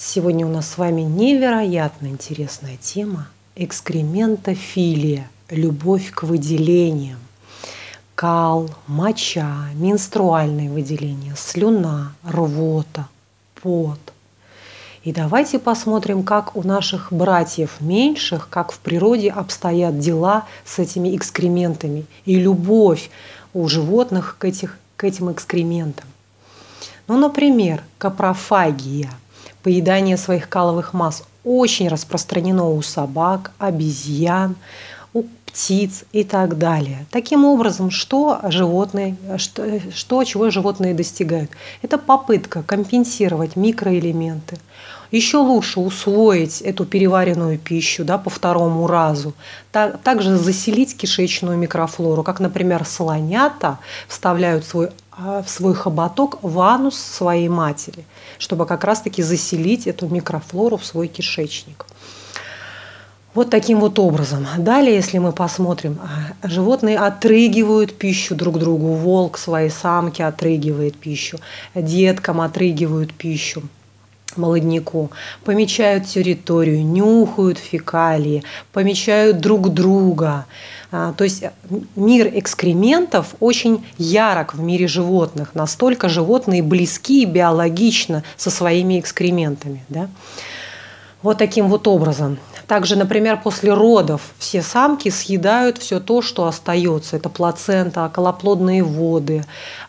Сегодня у нас с вами невероятно интересная тема – экскрементофилия, любовь к выделениям. Кал, моча, менструальные выделения, слюна, рвота, пот. И давайте посмотрим, как у наших братьев меньших, как в природе обстоят дела с этими экскрементами и любовь у животных к этим экскрементам. Ну, например, капрофагия. Поедание своих каловых масс очень распространено у собак, обезьян, у птиц и так далее. Таким образом, чего животные достигают? Это попытка компенсировать микроэлементы, еще лучше усвоить эту переваренную пищу по второму разу, также заселить кишечную микрофлору, как, например, слонята вставляют в свой хоботок в анус своей матери, чтобы как раз-таки заселить эту микрофлору в свой кишечник. Вот таким вот образом. Далее, если мы посмотрим, животные отрыгивают пищу друг другу. Волк своей самке отрыгивает пищу, деткам отрыгивают пищу, молодняку, помечают территорию, нюхают фекалии, помечают друг друга. То есть мир экскрементов очень ярок в мире животных. Настолько животные близки биологично со своими экскрементами. Да? Вот таким вот образом. Также, например, после родов все самки съедают все то, что остается. Это плацента, околоплодные воды.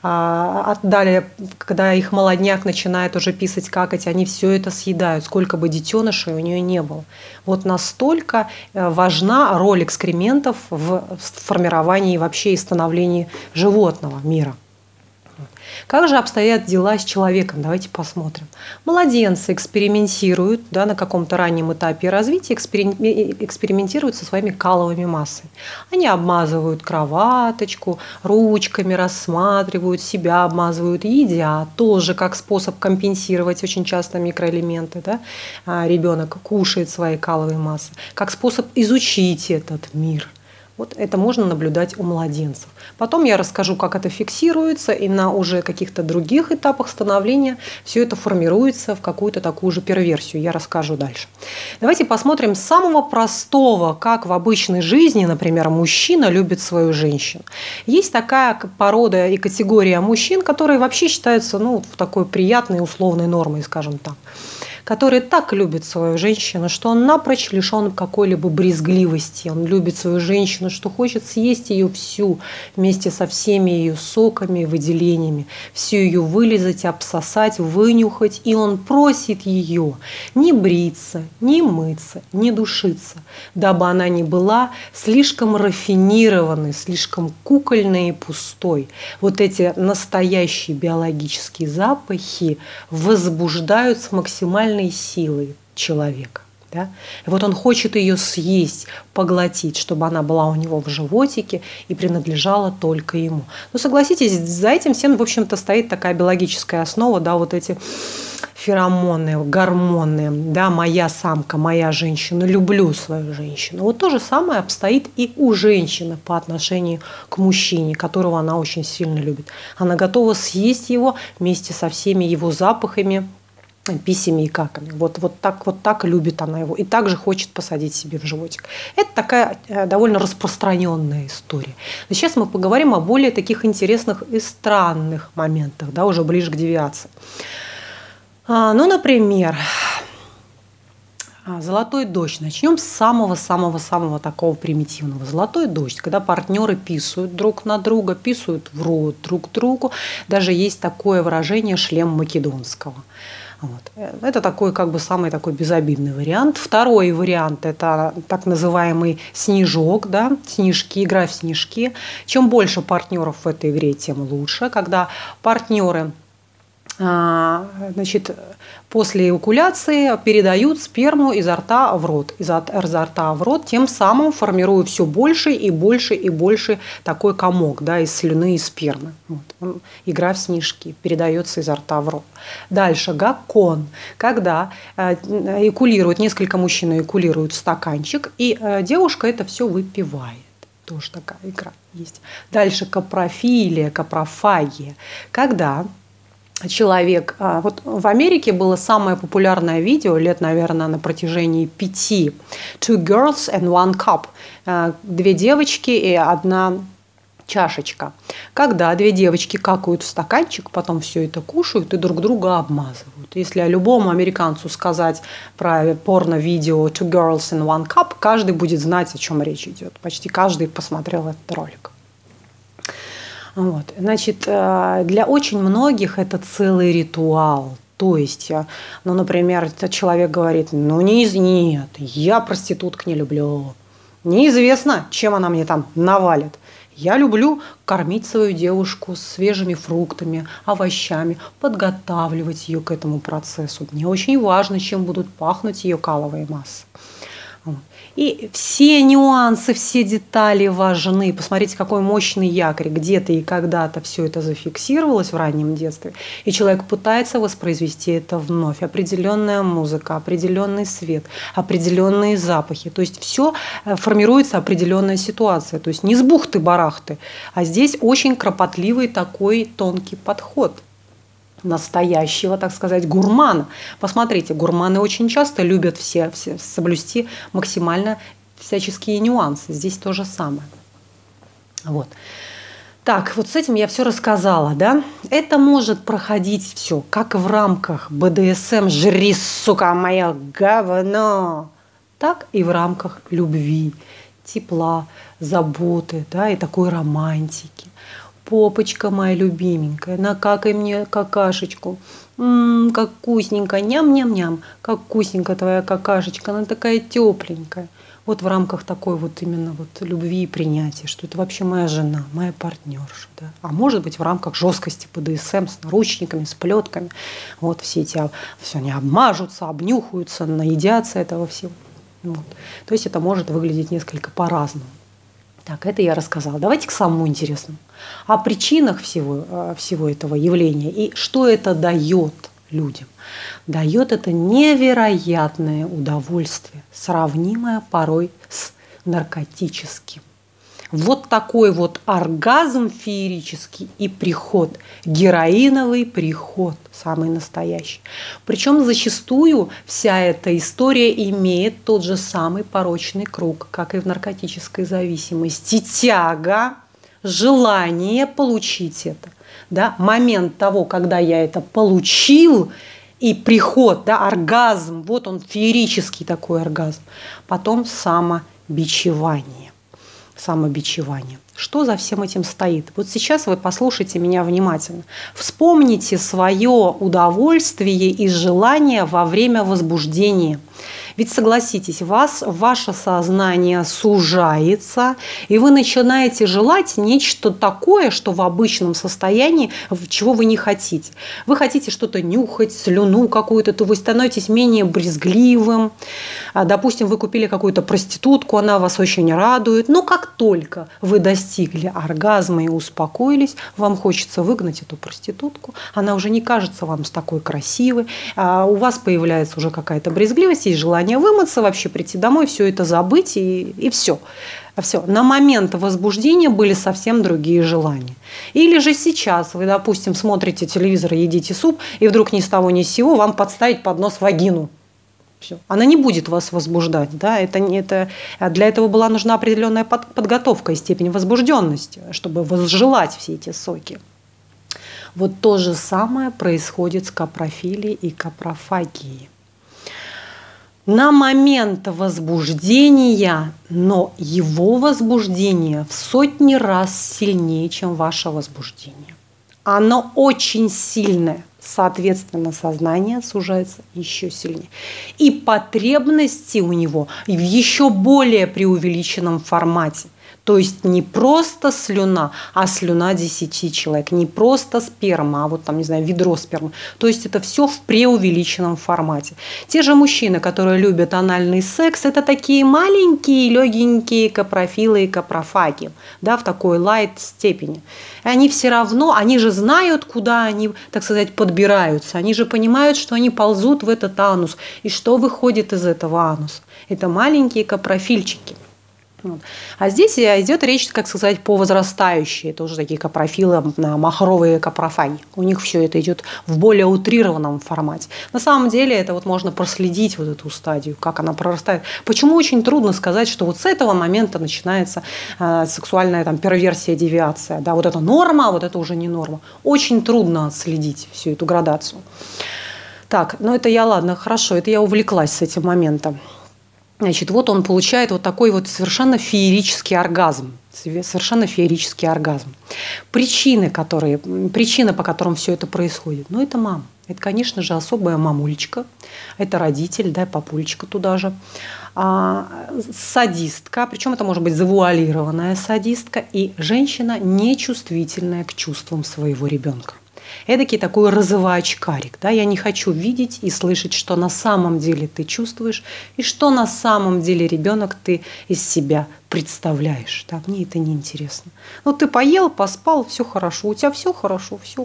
Далее, когда их молодняк начинает уже писать, какать, они все это съедают, сколько бы детенышей у нее не было. Вот настолько важна роль экскрементов в формировании вообще и становлении животного мира. Как же обстоят дела с человеком? Давайте посмотрим. Младенцы экспериментируют на каком-то раннем этапе развития, экспериментируют со своими каловыми массами. Они обмазывают кроваточку, ручками рассматривают, себя обмазывают, едят. Тоже как способ компенсировать очень часто микроэлементы. Ребенок кушает свои каловые массы. Как способ изучить этот мир. Вот это можно наблюдать у младенцев. Потом я расскажу, как это фиксируется, и на уже каких-то других этапах становления все это формируется в какую-то такую же перверсию. Я расскажу дальше. Давайте посмотрим с самого простого, как в обычной жизни, например, мужчина любит свою женщину. Есть такая порода и категория мужчин, которые вообще считаются такой приятной условной нормой, скажем так, который так любит свою женщину, что он напрочь лишен какой-либо брезгливости. Он любит свою женщину, что хочет съесть ее всю, вместе со всеми ее соками и выделениями, всю ее вылизать, обсосать, вынюхать. И он просит ее не бриться, не мыться, не душиться, дабы она не была слишком рафинированной, слишком кукольной и пустой. Вот эти настоящие биологические запахи возбуждают с максимальной силой человека. Да? И вот он хочет ее съесть, поглотить, чтобы она была у него в животике и принадлежала только ему. Но согласитесь, за этим всем, в общем-то, стоит такая биологическая основа, вот эти феромоны, гормоны, моя самка, моя женщина, люблю свою женщину. Вот то же самое обстоит и у женщины по отношению к мужчине, которого она очень сильно любит. Она готова съесть его вместе со всеми его запахами, писями и каками. Вот так любит она его. И также хочет посадить себе в животик. Это такая довольно распространенная история. Но сейчас мы поговорим о более таких интересных и странных моментах, уже ближе к девиации. Например, золотой дождь. Начнем с самого-самого-самого такого примитивного. Золотой дождь, когда партнеры писают друг на друга, писают в рот друг другу. Даже есть такое выражение «шлем македонского». Это такой самый такой безобидный вариант. Второй вариант – это так называемый снежок, снежки, игра в снежки. Чем больше партнеров в этой игре, тем лучше. Когда партнеры после эякуляции передают сперму изо рта в рот, изо рта в рот, тем самым формируя все больше и больше и больше такой комок из слюны и спермы. Игра в снежки передается изо рта в рот. Дальше гаккон, когда несколько мужчин эякулируют в стаканчик, и девушка это все выпивает. Тоже такая игра есть. Дальше капрофилия, капрофагия, когда человек. Вот в Америке было самое популярное видео лет, наверное, на протяжении 5. Two girls and one cup. 2 девочки и 1 чашечка. Когда 2 девочки какают в стаканчик, потом все это кушают и друг друга обмазывают. Если любому американцу сказать про порно-видео Two girls and one cup, каждый будет знать, о чем речь идет. Почти каждый посмотрел этот ролик. Вот. Значит, для очень многих это целый ритуал. То есть, ну, например, этот человек говорит, нет, я проституток не люблю. Неизвестно, чем она мне там навалит. Я люблю кормить свою девушку свежими фруктами, овощами, подготавливать ее к этому процессу. Мне очень важно, чем будут пахнуть ее каловые массы. И все нюансы, все детали важны. Посмотрите, какой мощный якорь. Где-то и когда-то все это зафиксировалось в раннем детстве, и человек пытается воспроизвести это вновь. Определенная музыка, определенный свет, определенные запахи. То есть все формируется определенная ситуация. То есть не с бухты-барахты, а здесь очень кропотливый такой тонкий подход настоящего, так сказать, гурмана. Посмотрите, гурманы очень часто любят все соблюсти максимально всяческие нюансы. Здесь то же самое. Вот. Так, вот с этим я все рассказала, да? Это может проходить все, как в рамках БДСМ «Жри, сука, моя говно», так и в рамках любви, тепла, заботы, да, и такой романтики. Попочка моя любименькая, накакай мне какашечку. Как вкусненько, ням-ням-ням, как вкусненько твоя какашечка, она такая тепленькая. Вот в рамках такой вот именно вот любви и принятия, что это вообще моя жена, моя партнерша. Да? А может быть в рамках жесткости БДСМ с наручниками, с плетками. Вот все эти, все они обмажутся, обнюхаются, наедятся этого всего. Вот. То есть это может выглядеть несколько по-разному. Так, это я рассказала. Давайте к самому интересному. О причинах всего этого явления и что это дает людям. Дает это невероятное удовольствие, сравнимое порой с наркотическим. Вот такой вот оргазм феерический и приход, героиновый приход, самый настоящий. Причем зачастую вся эта история имеет тот же самый порочный круг, как и в наркотической зависимости. Тяга, желание получить это. Да? Момент того, когда я это получил, и приход, да, оргазм, вот он феерический такой оргазм. Потом самобичевание. Самобичевание. Что за всем этим стоит? Вот сейчас вы послушайте меня внимательно. Вспомните свое удовольствие и желание во время возбуждения. Ведь согласитесь, ваше сознание сужается, и вы начинаете желать нечто такое, что в обычном состоянии, чего вы не хотите. Вы хотите что-то нюхать, слюну какую-то, то вы становитесь менее брезгливым. Допустим, вы купили какую-то проститутку, она вас очень радует. Но как только вы достигли оргазма и успокоились, вам хочется выгнать эту проститутку. Она уже не кажется вам такой красивой. У вас появляется уже какая-то брезгливость, есть желание вымыться, вообще прийти домой, все это забыть и все. Все. На момент возбуждения были совсем другие желания. Или же сейчас вы, допустим, смотрите телевизор, едите суп, и вдруг ни с того ни с сего вам подставить под нос вагину. Все. Она не будет вас возбуждать. Да? Для этого была нужна определенная подготовка и степень возбужденности, чтобы возжелать все эти соки. Вот то же самое происходит с капрофилией и капрофагией. На момент возбуждения, но его возбуждение в сотни раз сильнее, чем ваше возбуждение. Оно очень сильное, соответственно, сознание сужается еще сильнее. И потребности у него в еще более преувеличенном формате. То есть не просто слюна, а слюна 10 человек. Не просто сперма, а вот там, не знаю, ведро спермы. То есть это все в преувеличенном формате. Те же мужчины, которые любят анальный секс, это такие маленькие, легенькие капрофилы и капрофаги, да, в такой лайт степени. И они все равно, они же знают, куда они, так сказать, подбираются. Они же понимают, что они ползут в этот анус. И что выходит из этого ануса? Это маленькие капрофильчики. Вот. А здесь идет речь, как сказать, по возрастающей, тоже такие капрофилы, махровые капрофаги. У них все это идет в более утрированном формате. На самом деле это вот можно проследить вот эту стадию, как она прорастает. Почему очень трудно сказать, что вот с этого момента начинается сексуальная там перверсия, девиация. Да, вот это норма, а вот это уже не норма. Очень трудно отследить всю эту градацию. Так, ну это я, ладно, хорошо, это я увлеклась с этим моментом. Значит, вот он получает вот такой вот совершенно феерический оргазм. Совершенно феерический оргазм. Причина, по которым все это происходит, ну, это мама. Это, конечно же, особая мамулечка. Это родитель, да, папулечка туда же. Садистка, причем это может быть завуалированная садистка. И женщина нечувствительная к чувствам своего ребенка. Эдакий такой розовый очкарик. Да? Я не хочу видеть и слышать, что на самом деле ты чувствуешь, и что на самом деле ребенок ты из себя представляешь. Да? Мне это неинтересно. Ну, ты поел, поспал, все хорошо, у тебя все хорошо, все.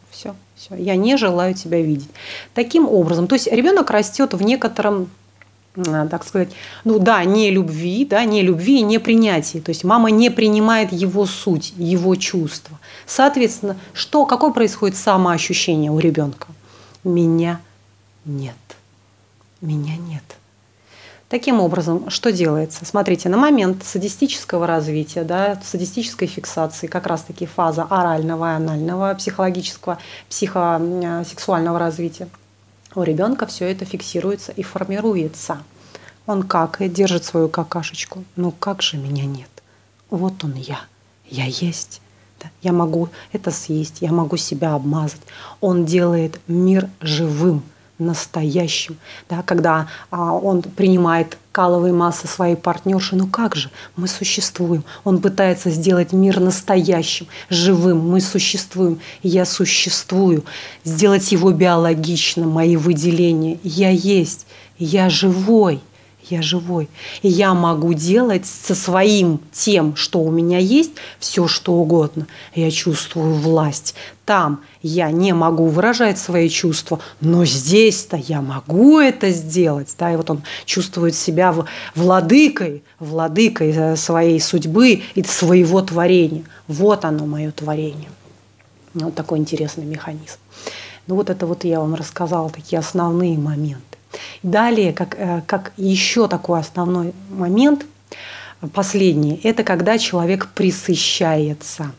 Я не желаю тебя видеть. Таким образом, то есть ребенок растет в некотором, так сказать, ну да, не любви и не принятии. То есть мама не принимает его суть, его чувства. Соответственно, какое происходит самоощущение у ребенка? Меня нет. Меня нет. Таким образом, что делается? Смотрите, на момент садистического развития, да, садистической фиксации, как раз-таки фаза орального и анального психологического, психосексуального развития, у ребенка все это фиксируется и формируется. Он какает, держит свою какашечку. Ну как же меня нет? Вот он я есть. Да? Я могу это съесть, я могу себя обмазать. Он делает мир живым, настоящим. Да? Когда он принимает каловые массы своей партнерши, ну как же, мы существуем. Он пытается сделать мир настоящим, живым, мы существуем, я существую. Сделать его биологичным, мои выделения. Я есть, я живой. Я живой. И я могу делать со своим тем, что у меня есть, все что угодно. Я чувствую власть. Там я не могу выражать свои чувства, но здесь-то я могу это сделать. Да? И вот он чувствует себя владыкой своей судьбы и своего творения. Вот оно, мое творение. Вот такой интересный механизм. Ну вот это вот я вам рассказала, такие основные моменты. Далее, как еще такой основной момент, последний, это когда человек пресыщается.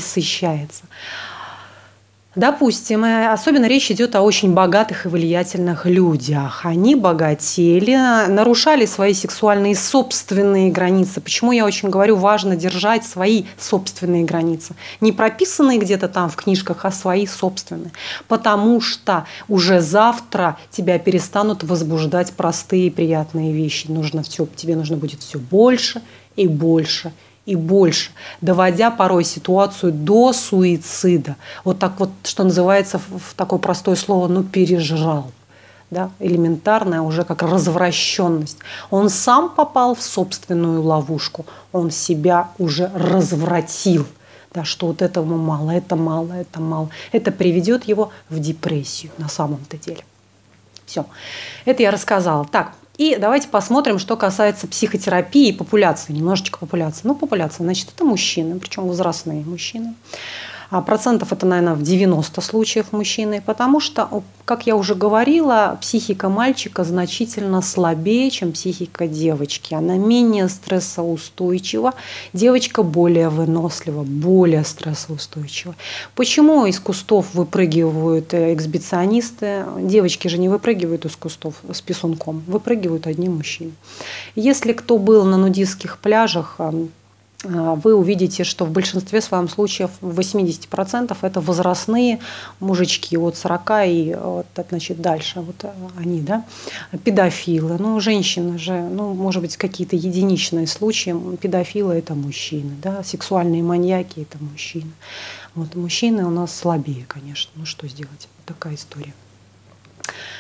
Допустим, особенно речь идет о очень богатых и влиятельных людях. Они богатели, нарушали свои сексуальные собственные границы. Почему я очень говорю, важно держать свои собственные границы. Не прописанные где-то там в книжках, а свои собственные. Потому что уже завтра тебя перестанут возбуждать простые и приятные вещи. Тебе нужно будет все больше и больше и больше, доводя порой ситуацию до суицида. Вот так вот, что называется, в такое простое слово, пережрал. Да? Элементарная уже как развращенность. Он сам попал в собственную ловушку, он себя уже развратил. Да, что вот этому мало, это мало, это мало. Это приведет его в депрессию на самом-то деле. Все, это я рассказала. Так. И давайте посмотрим, что касается психотерапии и популяции. Немножечко популяции. Популяция, значит, это мужчины, причем возрастные мужчины. Процентов это, наверное, в 90 случаев мужчины, потому что, как я уже говорила, психика мальчика значительно слабее, чем психика девочки. Она менее стрессоустойчива, девочка более вынослива, более стрессоустойчива. Почему из кустов выпрыгивают эксбиционисты? Девочки же не выпрыгивают из кустов с писунком, выпрыгивают одни мужчины. Если кто был на нудистских пляжах, вы увидите, что в большинстве своем случаев 80% это возрастные мужички от 40 и дальше. Вот они, да, педофилы. Женщины же, может быть, какие-то единичные случаи. Педофилы – это мужчины, да, сексуальные маньяки – это мужчины. Мужчины у нас слабее, конечно. Что сделать? Вот такая история.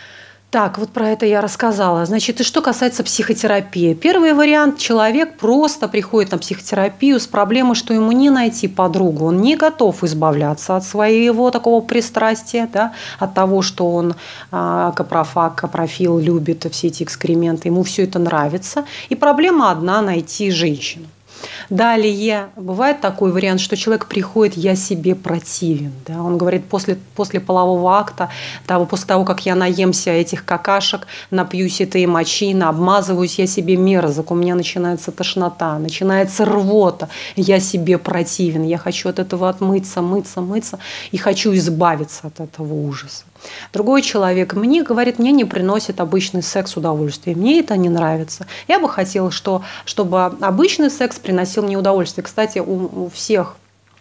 Так, вот про это я рассказала. Значит, и что касается психотерапии. Первый вариант – человек просто приходит на психотерапию с проблемой, что ему не найти подругу. Он не готов избавляться от своего такого пристрастия, да, от того, что он капрофаг, капрофил, любит все эти экскременты. Ему все это нравится. И проблема одна – найти женщину. Далее бывает такой вариант, что человек приходит «я себе противен». Да? Он говорит, после полового акта, после того, как я наемся этих какашек, напьюсь этой мочи, обмазываюсь, я себе мерзок, у меня начинается тошнота, начинается рвота, я себе противен, я хочу от этого отмыться, мыться и хочу избавиться от этого ужаса. Другой человек мне говорит, мне не приносит обычный секс удовольствия, мне это не нравится. Я бы хотела, чтобы обычный секс приносил мне удовольствие. Кстати, у всех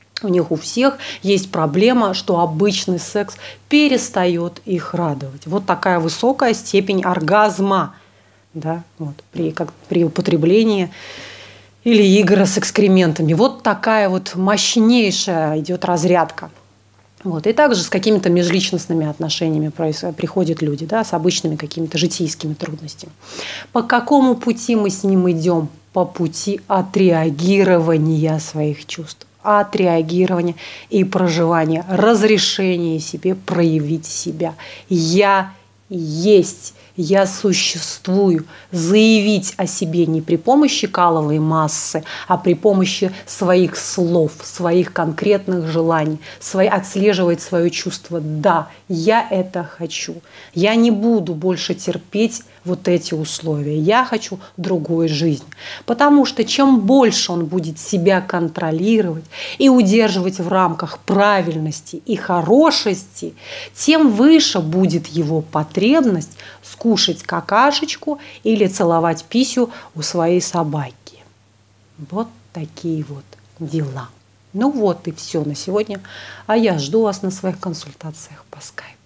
есть проблема, что обычный секс перестает их радовать. Вот такая высокая степень оргазма, да, вот, при употреблении или игры с экскрементами. Вот такая вот мощнейшая идет разрядка. Вот. И также с какими-то межличностными отношениями приходят люди, да, с обычными какими-то житейскими трудностями. По какому пути мы с ним идем? По пути отреагирования своих чувств, отреагирования и проживания, разрешения себе проявить себя. Я есть, я существую. Заявить о себе не при помощи каловой массы, а при помощи своих слов, своих конкретных желаний, отслеживать свое чувство. Да, я это хочу. Я не буду больше терпеть вот эти условия. Я хочу другой жизни. Потому что чем больше он будет себя контролировать и удерживать в рамках правильности и хорошести, тем выше будет его потребность скушать какашечку или целовать писю у своей собаки. Вот такие вот дела. Ну вот и все на сегодня. А я жду вас на своих консультациях по скайпу.